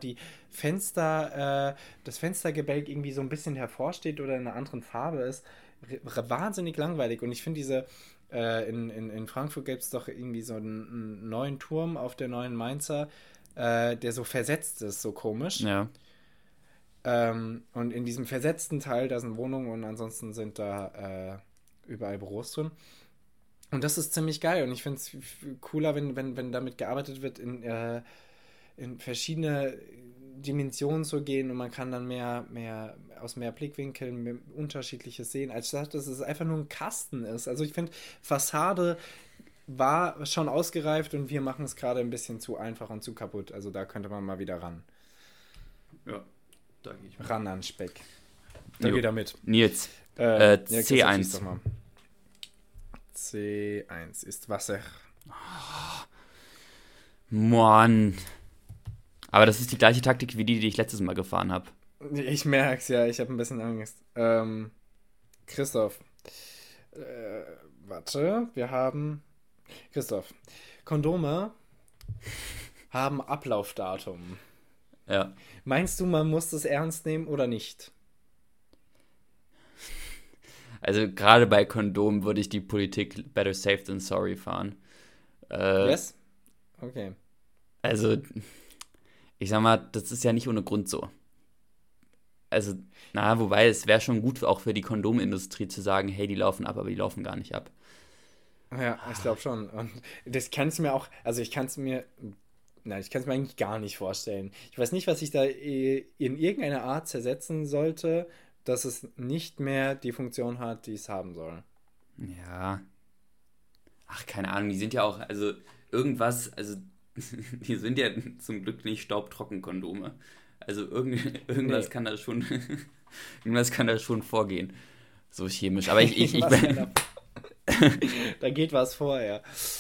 das Fenstergebälk irgendwie so ein bisschen hervorsteht oder in einer anderen Farbe ist, wahnsinnig langweilig. Und ich finde in Frankfurt gibt es doch irgendwie so einen neuen Turm auf der neuen Mainzer, der so versetzt ist, so komisch. Ja. Und in diesem versetzten Teil, da sind Wohnungen und ansonsten sind da überall Büros drin. Und das ist ziemlich geil. Und ich finde es cooler, wenn damit gearbeitet wird, in verschiedene Dimensionen zu gehen und man kann dann aus mehr Blickwinkeln mehr Unterschiedliches sehen, als dass es einfach nur ein Kasten ist. Also ich finde, Fassade war schon ausgereift und wir machen es gerade ein bisschen zu einfach und zu kaputt. Also da könnte man mal wieder ran. Ja, da gehe ich mit. Ran an Speck. Da geht er mit. Nils, C1. Doch mal. C1 ist Wasser. Mann. Aber das ist die gleiche Taktik wie die ich letztes Mal gefahren habe. Ich merk's, ja. Ich habe ein bisschen Angst. Christoph. Warte. Wir haben... Christoph. Kondome haben Ablaufdatum. Ja. Meinst du, man muss das ernst nehmen oder nicht? Also gerade bei Kondomen würde ich die Politik better safe than sorry fahren. Yes? Okay. Also, ich sag mal, das ist ja nicht ohne Grund so. Also, wobei es wäre schon gut auch für die Kondomindustrie zu sagen, hey, die laufen ab, aber die laufen gar nicht ab. Ja, ich glaube schon. Und das kann es mir auch, also ich kann es mir eigentlich gar nicht vorstellen. Ich weiß nicht, was ich da in irgendeiner Art zersetzen sollte, dass es nicht mehr die Funktion hat, die es haben soll. Ja. Ach, keine Ahnung, die sind ja auch, also irgendwas, also die sind ja zum Glück nicht Staubtrockenkondome. Also irgendwas kann da schon, irgendwas kann da schon vorgehen. So chemisch. Aber ich da geht was vor, ja.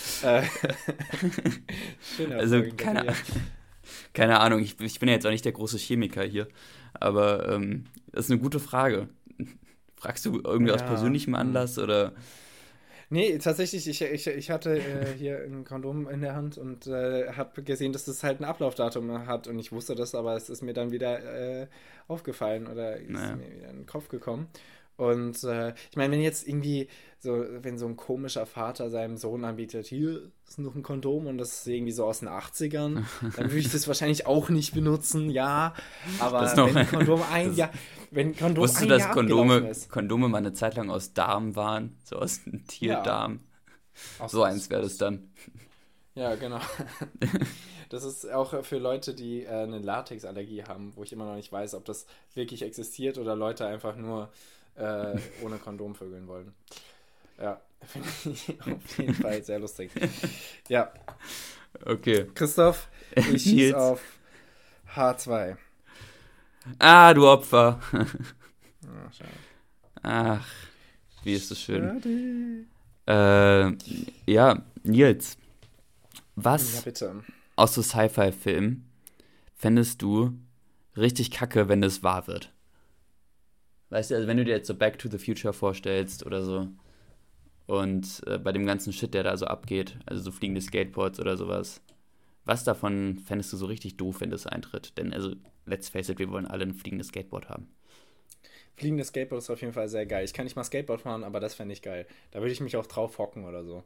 Schöner also keine Ahnung, ich bin ja jetzt auch nicht der große Chemiker hier, aber das ist eine gute Frage. Fragst du irgendwie aus persönlichem Anlass oder? Nee, tatsächlich, ich hatte hier ein Kondom in der Hand und habe gesehen, dass das halt ein Ablaufdatum hat und ich wusste das, aber es ist mir dann wieder aufgefallen oder ist mir wieder in den Kopf gekommen. Und ich meine, wenn jetzt irgendwie wenn so ein komischer Vater seinem Sohn anbietet, hier ist noch ein Kondom und das ist irgendwie so aus den 80ern, dann würde ich das wahrscheinlich auch nicht benutzen, ja. Aber wenn Kondom wusstest du, dass Kondome mal eine Zeit lang aus Darm waren? So aus dem Tierdarm. Ja. So eins wäre das dann. Ja, genau. Das ist auch für Leute, die eine Latexallergie haben, wo ich immer noch nicht weiß, ob das wirklich existiert oder Leute einfach nur ohne Kondom vögeln wollen. Ja, finde ich auf jeden Fall sehr lustig. Ja. Okay. Christoph, ich schieße auf H2. Ah, du Opfer. Ach, schade. Ach, wie ist das schön. Ja, Nils. Was aus so Sci-Fi-Filmen fändest du richtig kacke, wenn es wahr wird? Weißt du, also wenn du dir jetzt so Back to the Future vorstellst oder so und bei dem ganzen Shit, der da so abgeht, also so fliegende Skateboards oder sowas, was davon fändest du so richtig doof, wenn das eintritt? Denn also, let's face it, wir wollen alle ein fliegendes Skateboard haben. Fliegendes Skateboard ist auf jeden Fall sehr geil. Ich kann nicht mal Skateboard fahren, aber das fände ich geil. Da würde ich mich auch drauf hocken oder so.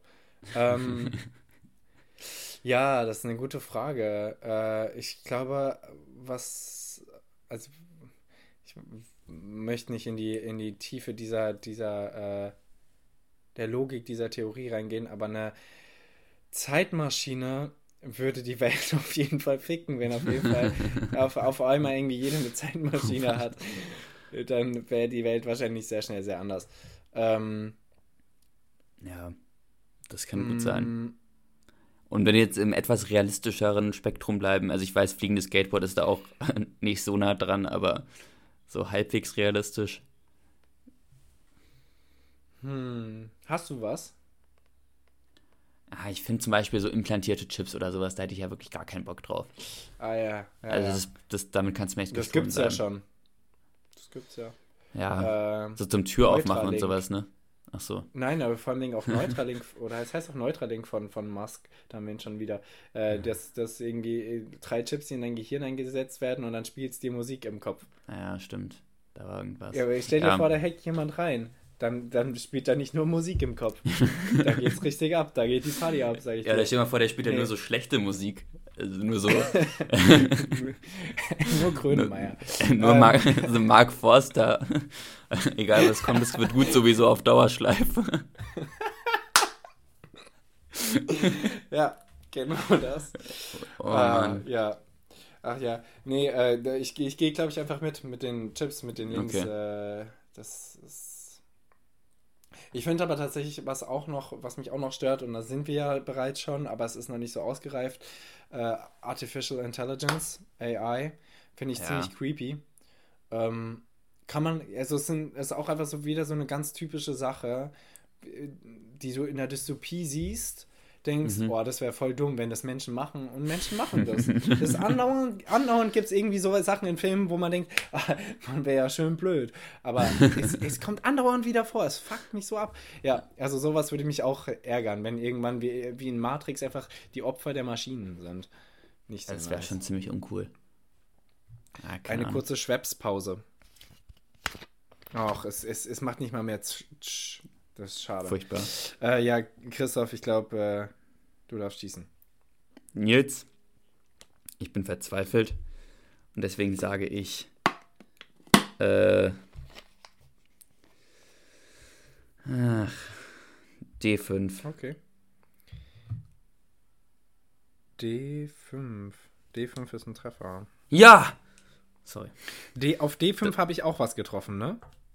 Ja, das ist eine gute Frage. Ich glaube, ich möchte nicht in die Tiefe der Logik dieser Theorie reingehen, aber eine Zeitmaschine würde die Welt auf jeden Fall ficken, wenn auf jeden Fall auf einmal irgendwie jeder eine Zeitmaschine hat. Dann wäre die Welt wahrscheinlich sehr schnell sehr anders. Ja, Das kann gut sein. Und wenn wir jetzt im etwas realistischeren Spektrum bleiben, also ich weiß, fliegendes Skateboard ist da auch nicht so nah dran, aber so halbwegs realistisch. Hast du was? Ich finde zum Beispiel so implantierte Chips oder sowas, da hätte ich ja wirklich gar keinen Bock drauf. Ja. Also damit kannst du mir echt das gibt's ja schon. Das gibt's ja. Ja, so zum Tür aufmachen und sowas, ne? Ach so. Nein, aber vor allem auf Neuralink, oder es heißt auch Neuralink von Musk, da haben wir ihn schon wieder, dass irgendwie 3 Chips in dein Gehirn eingesetzt werden und dann spielst du dir Musik im Kopf. Ja, stimmt. Da war irgendwas. Ja, aber ich stell dir vor, da hackt jemand rein. Dann spielt er nicht nur Musik im Kopf. Da geht's richtig ab, da geht die Party ab, sag ich dir. Ja, da stell dir mal vor, der spielt ja nur so schlechte Musik. Also nur so. Nur Grönemeyer. Nur Mark Forster. Egal was kommt, es wird gut sowieso auf Dauerschleife. Ja, genau das. Oh Mann. Ja. Ach ja. Nee, ich gehe, glaube ich, einfach mit den Chips, mit den Links. Okay. Das ist. Ich finde aber tatsächlich, was mich auch noch stört, und da sind wir ja bereits schon, aber es ist noch nicht so ausgereift, Artificial Intelligence, AI, finde ich ziemlich creepy. Kann man, also es ist auch einfach so wieder so eine ganz typische Sache, die du in der Dystopie siehst, denkst, boah, das wäre voll dumm, wenn das Menschen machen, und Menschen machen das. Das andauernd gibt es irgendwie so Sachen in Filmen, wo man denkt, man wäre ja schön blöd. Aber es kommt andauernd wieder vor, es fuckt mich so ab. Ja, also sowas würde mich auch ärgern, wenn irgendwann wie in Matrix einfach die Opfer der Maschinen sind. Nicht so das wäre schon ziemlich uncool. Ja, eine kurze Schwepspause. Ach, es macht nicht mal mehr das ist schade. Furchtbar. Ja, Christoph, ich glaube, du darfst schießen. Nils, ich bin verzweifelt und deswegen sage ich D5. Okay. D5. D5 ist ein Treffer. Ja! Sorry. Auf D5 habe ich auch was getroffen, ne?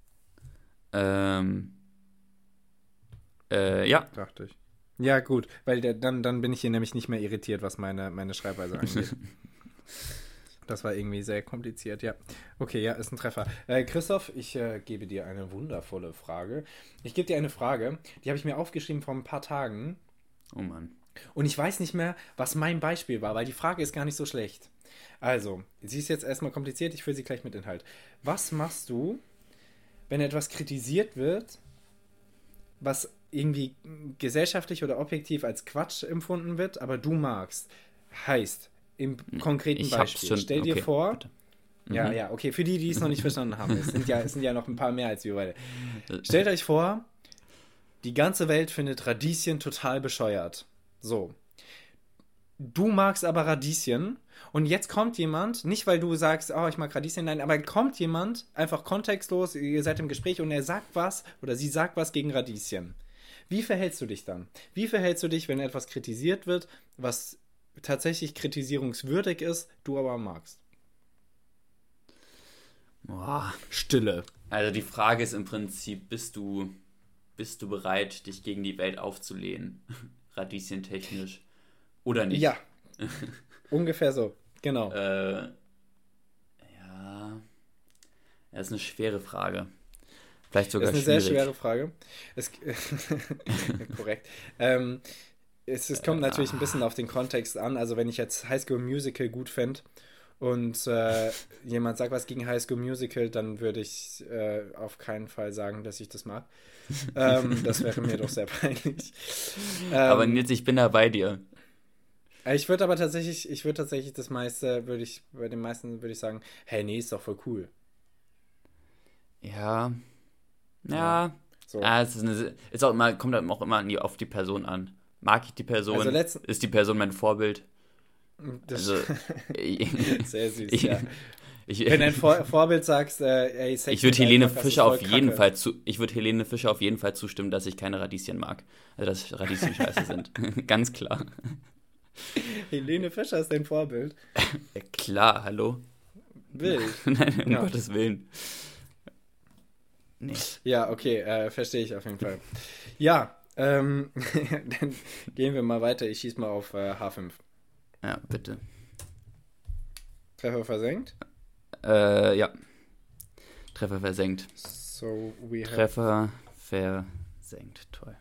Ja. Dachte ich. Ja, gut, weil dann bin ich hier nämlich nicht mehr irritiert, was meine Schreibweise angeht. Das war irgendwie sehr kompliziert, ja. Okay, ja, ist ein Treffer. Christoph, ich gebe dir eine wundervolle Frage. Ich gebe dir eine Frage, die habe ich mir aufgeschrieben vor ein paar Tagen. Oh Mann. Und ich weiß nicht mehr, was mein Beispiel war, weil die Frage ist gar nicht so schlecht. Also, sie ist jetzt erstmal kompliziert, ich fülle sie gleich mit Inhalt. Was machst du, wenn etwas kritisiert wird, was irgendwie gesellschaftlich oder objektiv als Quatsch empfunden wird, aber du magst? Heißt, im konkreten Beispiel, stell dir vor, ja, okay, für die es noch nicht verstanden haben, es sind ja noch ein paar mehr als wir beide. Stellt euch vor, die ganze Welt findet Radieschen total bescheuert. So. Du magst aber Radieschen und jetzt kommt jemand, nicht weil du sagst, oh, ich mag Radieschen, nein, aber kommt jemand, einfach kontextlos, ihr seid im Gespräch und er sagt was oder sie sagt was gegen Radieschen. Wie verhältst du dich dann? Wie verhältst du dich, wenn etwas kritisiert wird, was tatsächlich kritisierungswürdig ist, du aber magst? Boah. Stille. Also die Frage ist im Prinzip, bist du bereit, dich gegen die Welt aufzulehnen? Radieschentechnisch. Oder nicht? Ja, ungefähr so, genau. Ja, das ist eine schwere Frage. Vielleicht sogar schwierig. Das ist eine sehr schwere Frage. Korrekt. Es kommt natürlich ein bisschen auf den Kontext an. Also wenn ich jetzt High School Musical gut fände und jemand sagt was gegen High School Musical, dann würde ich auf keinen Fall sagen, dass ich das mag. Das wäre mir doch sehr peinlich. Aber Nils, ich bin da bei dir. Ich würde tatsächlich das meiste, bei den meisten würde ich sagen, hey, nee, ist doch voll cool. Ja. So. Es kommt auch immer auf die Person an. Mag ich die Person? Also ist die Person mein Vorbild? Sehr süß, ja. Wenn dein Vorbild sagst, ey, Sex, ich würde Helene Fischer auf jeden Fall zustimmen, dass ich keine Radieschen mag. Also dass Radieschen scheiße sind. Ganz klar. Helene Fischer ist dein Vorbild. Klar, hallo. Wild. Nein, um Gottes Willen. Nee. Ja, okay, verstehe ich auf jeden Fall. Ja, Dann gehen wir mal weiter. Ich schieße mal auf H5. Ja, bitte. Treffer versenkt? Ja. Treffer versenkt. So we have... Treffer versenkt. Toll.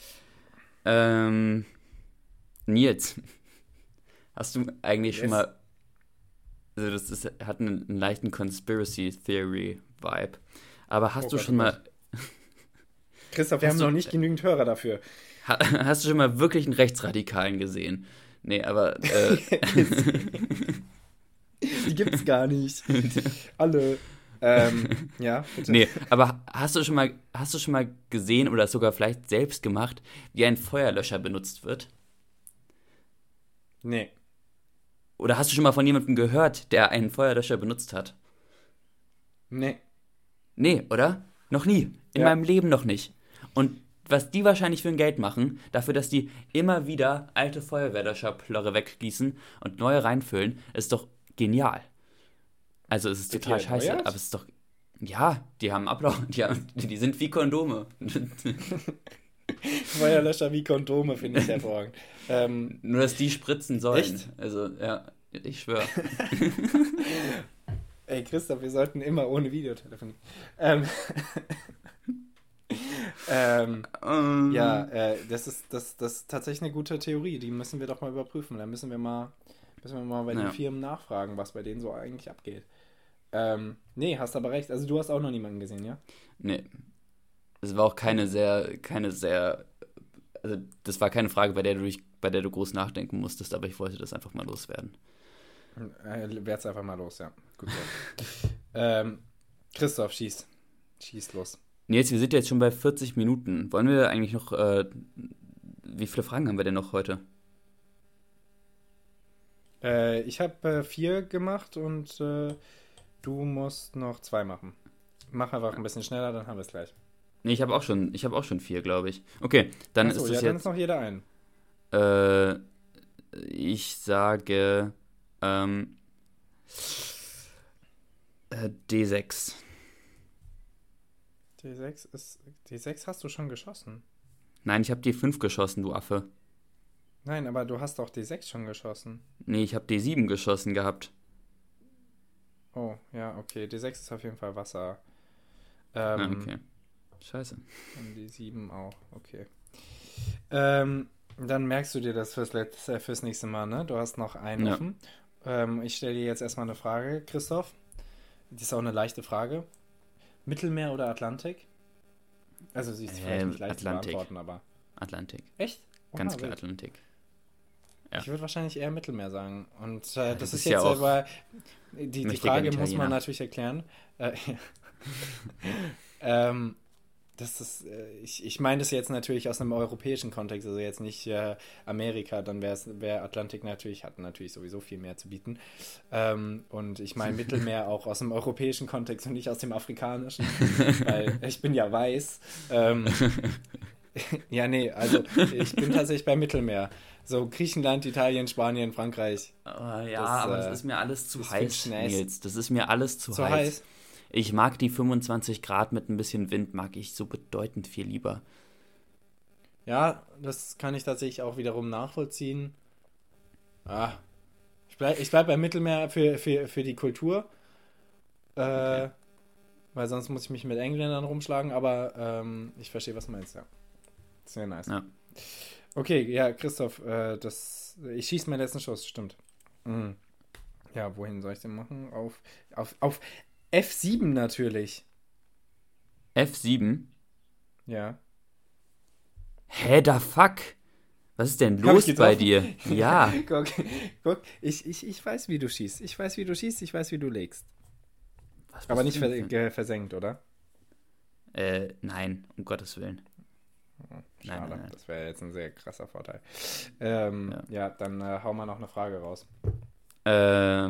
Nils, hast du eigentlich schon mal... Also das hat einen leichten Conspiracy Theory Vibe. Aber hast du schon mal... Christoph, wir haben noch nicht genügend Hörer dafür. Hast du schon mal wirklich einen Rechtsradikalen gesehen? Nee, aber... Die gibt's gar nicht. Alle. Ja, bitte. Nee, aber hast du schon mal gesehen oder sogar vielleicht selbst gemacht, wie ein Feuerlöscher benutzt wird? Nee. Oder hast du schon mal von jemandem gehört, der einen Feuerlöscher benutzt hat? Nee. Nee, oder? Noch nie. In meinem Leben noch nicht. Und was die wahrscheinlich für ein Geld machen, dafür, dass die immer wieder alte Feuerwehrlöscherplörre weggießen und neue reinfüllen, ist doch genial. Also es ist total scheiße, aber es ist doch... Ja, die haben Ablauf, die sind wie Kondome. Feuerlöscher wie Kondome, finde ich hervorragend. Nur, dass die spritzen sollen. Echt? Also, ja, ich schwöre. Ey, Christoph, wir sollten immer ohne Video telefonieren. Ja, das ist tatsächlich eine gute Theorie. Die müssen wir doch mal überprüfen. Da müssen wir mal bei den Firmen nachfragen, was bei denen so eigentlich abgeht. Nee, hast aber recht. Also du hast auch noch niemanden gesehen, ja? Nee. Es war auch keine sehr, also das war keine Frage, bei der du groß nachdenken musstest, aber ich wollte das einfach mal loswerden. Werd's einfach mal los, ja. Gut so. Christoph, schieß los. Nils, wir sind jetzt schon bei 40 Minuten. Wollen wir eigentlich noch, wie viele Fragen haben wir denn noch heute? Ich habe 4 gemacht und du musst noch 2 machen. Mach einfach ein bisschen schneller, dann haben wir es gleich. Nee, ich habe auch schon 4, glaube ich. Okay, dann ist es jetzt... dann ist noch jeder ein. Ich sage D6. D6 hast du schon geschossen. Nein, ich habe D5 geschossen, du Affe. Nein, aber du hast doch D6 schon geschossen. Nee, ich habe D7 geschossen gehabt. Oh, ja, okay. D6 ist auf jeden Fall Wasser. Okay. Scheiße. Und D7 auch, okay. Dann merkst du dir das fürs nächste Mal, ne? Du hast noch einen offen. Ich stelle dir jetzt erstmal eine Frage, Christoph. Die ist auch eine leichte Frage. Mittelmeer oder Atlantik? Also sie ist vielleicht nicht leicht Atlantik. zu beantworten, aber... Atlantik. Echt? Ganz klar Atlantik. Ja. Ich würde wahrscheinlich eher Mittelmeer sagen. Und das ist ja jetzt auch aber... Die Frage muss man natürlich erklären. Das ist, ich meine das jetzt natürlich aus einem europäischen Kontext, also jetzt nicht Amerika, dann wäre Atlantik hat natürlich sowieso viel mehr zu bieten. Und ich meine Mittelmeer auch aus dem europäischen Kontext und nicht aus dem afrikanischen, weil ich bin ja weiß. Ja, nee, also ich bin tatsächlich bei Mittelmeer. So Griechenland, Italien, Spanien, Frankreich. Aber das ist mir alles zu heiß, Nils. Das ist mir alles zu heiß. Ich mag die 25 Grad mit ein bisschen Wind, mag ich so bedeutend viel lieber. Ja, das kann ich tatsächlich auch wiederum nachvollziehen. Ich bleib beim Mittelmeer für die Kultur. Okay. Weil sonst muss ich mich mit Engländern rumschlagen, aber ich verstehe, was du meinst, ja. Sehr nice. Ja. Okay, ja, Christoph, ich schieße meinen letzten Schuss, stimmt. Mhm. Ja, wohin soll ich den machen? Auf F7 natürlich. F7? Ja. Hä, da fuck? Was ist denn los bei dir? Ja. Guck, ich weiß, wie du schießt. Ich weiß, wie du legst. Aber nicht versenkt, oder? Nein, um Gottes Willen. Schade, nein. Das wäre jetzt ein sehr krasser Vorteil. Ja, dann hau mal noch eine Frage raus. Das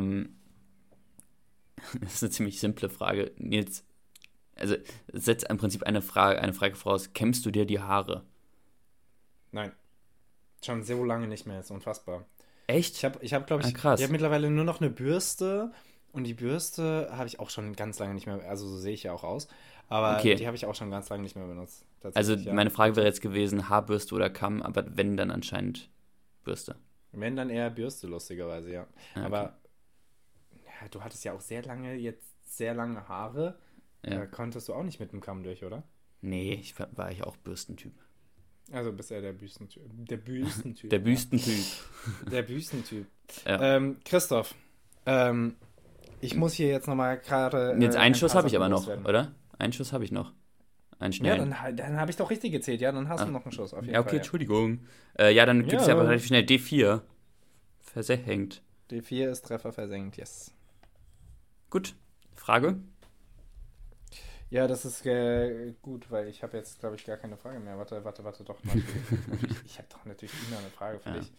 ist eine ziemlich simple Frage. Nils, also setzt im Prinzip eine Frage voraus. Kämmst du dir die Haare? Nein. Schon so lange nicht mehr, ist unfassbar. Echt? Ich habe glaube ich, krass. Ich habe mittlerweile nur noch eine Bürste und die Bürste habe ich auch schon ganz lange nicht mehr, also so sehe ich ja auch aus. Aber okay. Die habe ich auch schon ganz lange nicht mehr benutzt. Also meine Frage wäre jetzt gewesen, Haarbürste oder Kamm, aber wenn, dann anscheinend Bürste. Wenn, dann eher Bürste, lustigerweise, ja. Okay. Aber ja, du hattest ja auch sehr lange Haare. Ja. Da konntest du auch nicht mit dem Kamm durch, oder? Nee, war ich auch Bürstentyp. Also bist du ja der Büstentyp. Der Büstentyp. Der Büstentyp. Der Büstentyp. Ja. Christoph, ich muss hier jetzt nochmal gerade... Jetzt einen Schuss habe ich aber noch, oder? Einen Schuss habe ich noch. Einen schnellen. Ja, dann habe ich doch richtig gezählt. Ja, dann hast du noch einen Schuss, auf jeden Ja, okay, Fall. Entschuldigung. Ja, dann gibt es ja aber relativ schnell D4. Versenkt. D4 ist Treffer versenkt, yes. Gut. Frage? Ja, das ist gut, weil ich habe jetzt, glaube ich, gar keine Frage mehr. Warte, doch. Ich habe doch natürlich immer eine Frage für dich.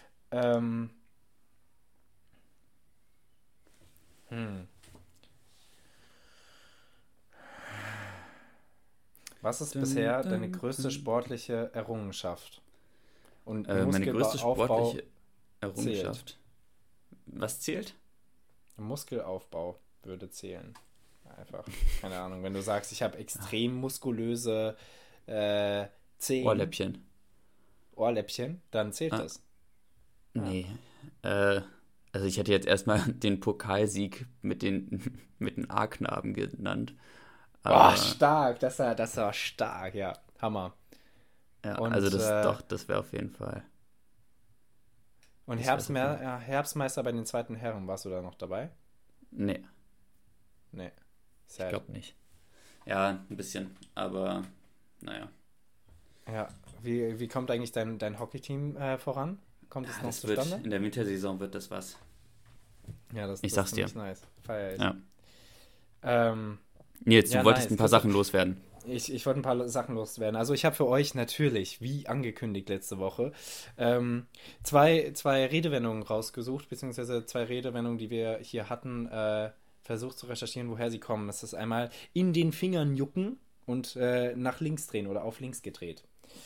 Was ist bisher deine größte sportliche Errungenschaft? Und meine größte sportliche Errungenschaft. Zählt. Was zählt? Muskelaufbau würde zählen. Einfach, keine Ahnung, wenn du sagst, ich habe extrem muskulöse Zehen. Ohrläppchen, dann zählt das. Nee. Also ich hätte jetzt erstmal den Pokalsieg mit den A-Knaben genannt. Stark, das war stark, ja. Hammer. Ja, und, also das wäre auf jeden Fall. Und Herbstmeister bei den zweiten Herren, warst du da noch dabei? Nee. Sad. Ich glaube nicht. Ja, ein bisschen, aber naja. Ja, wie kommt eigentlich dein Hockeyteam voran? Kommt es noch zustande? In der Wintersaison wird das was. Ja, ich sag's dir. Nice. Feier ich. Ja. Nils, du wolltest ein paar Sachen loswerden. Ich wollte ein paar Sachen loswerden. Also ich habe für euch natürlich, wie angekündigt letzte Woche, zwei Redewendungen rausgesucht, beziehungsweise 2 Redewendungen, die wir hier hatten, versucht zu recherchieren, woher sie kommen. Es ist einmal in den Fingern jucken und nach links drehen oder auf links gedreht.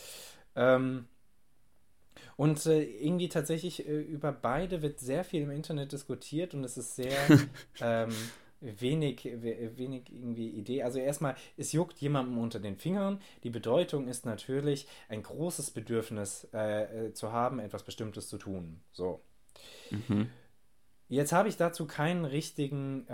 Und irgendwie tatsächlich über beide wird sehr viel im Internet diskutiert und es ist sehr wenig irgendwie Idee. Also erstmal, es juckt jemandem unter den Fingern. Die Bedeutung ist natürlich, ein großes Bedürfnis zu haben, etwas Bestimmtes zu tun. So. Mhm. Jetzt habe ich dazu keine richtige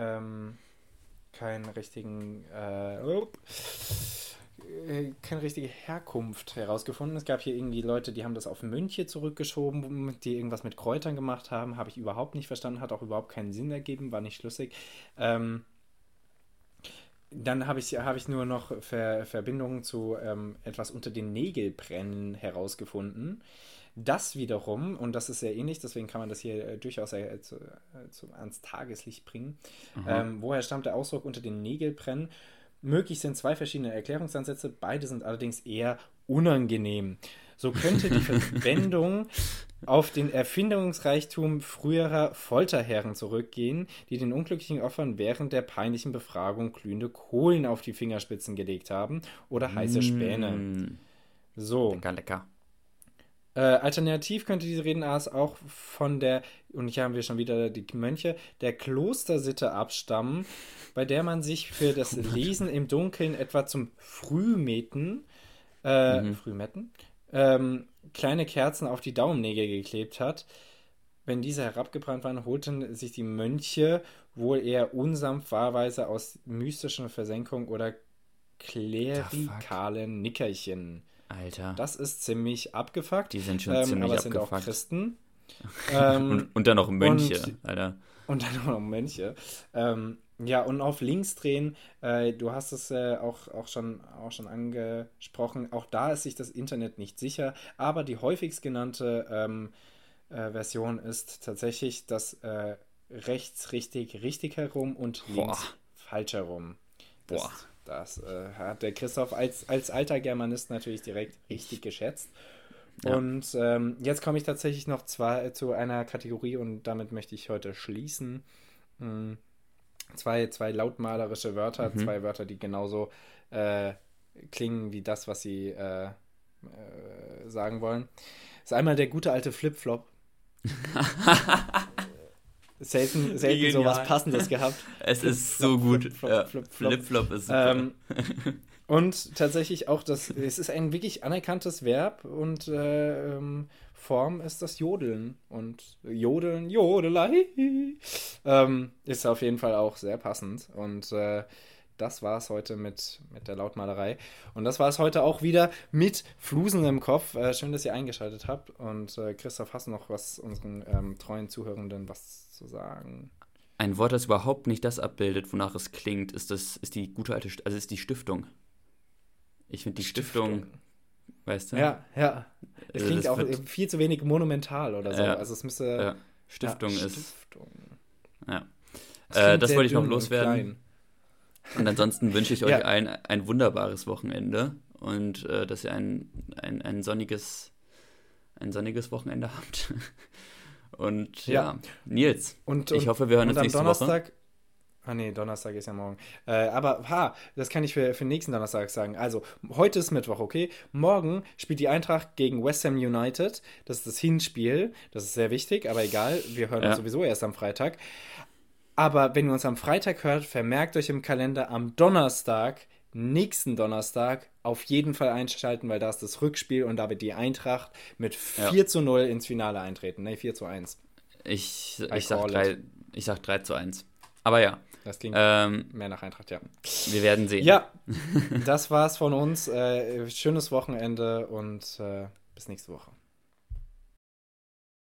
Herkunft herausgefunden. Es gab hier irgendwie Leute, die haben das auf Mönche zurückgeschoben, die irgendwas mit Kräutern gemacht haben. Habe ich überhaupt nicht verstanden, hat auch überhaupt keinen Sinn ergeben, war nicht schlüssig. Dann habe ich nur noch Verbindungen zu etwas unter den Nägeln brennen herausgefunden. Das wiederum, und das ist sehr ähnlich, deswegen kann man das hier durchaus ans Tageslicht bringen. Woher stammt der Ausdruck unter den Nägeln brennen? Möglich sind 2 verschiedene Erklärungsansätze, beide sind allerdings eher unangenehm. So könnte die Verwendung auf den Erfindungsreichtum früherer Folterherren zurückgehen, die den unglücklichen Opfern während der peinlichen Befragung glühende Kohlen auf die Fingerspitzen gelegt haben oder heiße Späne. So. Lecker. Alternativ könnte diese Redensart auch von der, und hier haben wir schon wieder die Mönche, der Klostersitte abstammen, bei der man sich für das Lesen im Dunkeln etwa zum Frühmetten kleine Kerzen auf die Daumennägel geklebt hat. Wenn diese herabgebrannt waren, holten sich die Mönche wohl eher unsanft wahlweise aus mystischen Versenkungen oder klerikalen Nickerchen. Alter. Das ist ziemlich abgefuckt. Die sind schon ziemlich aber es abgefuckt. sind auch Christen. Und dann noch Mönche, Alter. Und dann noch Mönche. Ja, und auf links drehen, du hast es auch schon angesprochen, auch da ist sich das Internet nicht sicher, aber die häufigst genannte Version ist tatsächlich das rechts richtig herum und links falsch herum. Das hat der Christoph als alter Germanist natürlich direkt richtig geschätzt. Ja. Und jetzt komme ich tatsächlich noch zu einer Kategorie und damit möchte ich heute schließen. Zwei lautmalerische Wörter, 2 Wörter, die genauso klingen wie das, was sie sagen wollen. Das ist einmal der gute alte Flip-Flop. selten so was Passendes gehabt. Es ist so gut. Flip-Flop ist super. Und tatsächlich auch, es ist ein wirklich anerkanntes Verb und Form ist das Jodeln. Und Jodeln, Jodelei, ist auf jeden Fall auch sehr passend. Und das war es heute mit der Lautmalerei. Und das war es heute auch wieder mit Flusen im Kopf. Schön, dass ihr eingeschaltet habt. Und Christoph, hast du noch was unseren treuen Zuhörenden was zu sagen? Ein Wort, das überhaupt nicht das abbildet, wonach es klingt, ist die gute alte, ist die Stiftung. Ich finde die Stiftung, weißt du? Ja. Es klingt auch viel zu wenig monumental oder so. Also es müsste... Ja. Stiftung ist... Ja. Das wollte ich noch loswerden. Und ansonsten wünsche ich euch allen ein wunderbares Wochenende und dass ihr ein sonniges Wochenende habt. Und Nils, ich hoffe, wir hören uns nächste Woche. Donnerstag ist ja morgen. Aber das kann ich für nächsten Donnerstag sagen. Also, heute ist Mittwoch, okay? Morgen spielt die Eintracht gegen West Ham United. Das ist das Hinspiel. Das ist sehr wichtig, aber egal. Wir hören uns sowieso erst am Freitag. Aber wenn ihr uns am Freitag hört, vermerkt euch im Kalender am nächsten Donnerstag, auf jeden Fall einschalten, weil da ist das Rückspiel und da wird die Eintracht mit 4:0 ins Finale eintreten. Ne, 4:1. Ich sag 3:1. Aber ja. Das klingt mehr nach Eintracht, ja. Wir werden sehen. Ja, das war's von uns. Schönes Wochenende und bis nächste Woche.